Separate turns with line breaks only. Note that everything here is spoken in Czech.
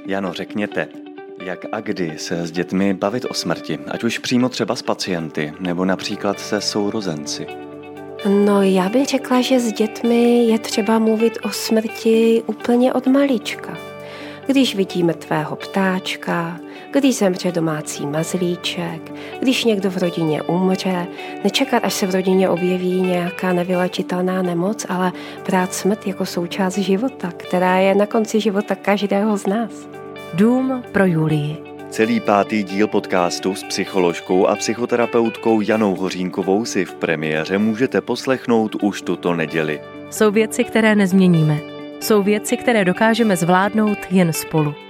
Jano, řekněte, jak a kdy se s dětmi bavit o smrti, ať už přímo třeba s pacienty, nebo například se sourozenci?
No, já bych řekla, že s dětmi je třeba mluvit o smrti úplně od malička. Když vidíme tvého ptáčka, když zemře domácí mazlíček, když někdo v rodině umře, nečekat, až se v rodině objeví nějaká nevylečitelná nemoc, ale brát smrt jako součást života, která je na konci života každého z nás.
Dům pro Julii.
Celý 5. díl podcastu s psycholožkou a psychoterapeutkou Janou Hořínkovou si v premiéře můžete poslechnout už tuto neděli.
Jsou věci, které nezměníme. Jsou věci, které dokážeme zvládnout jen spolu.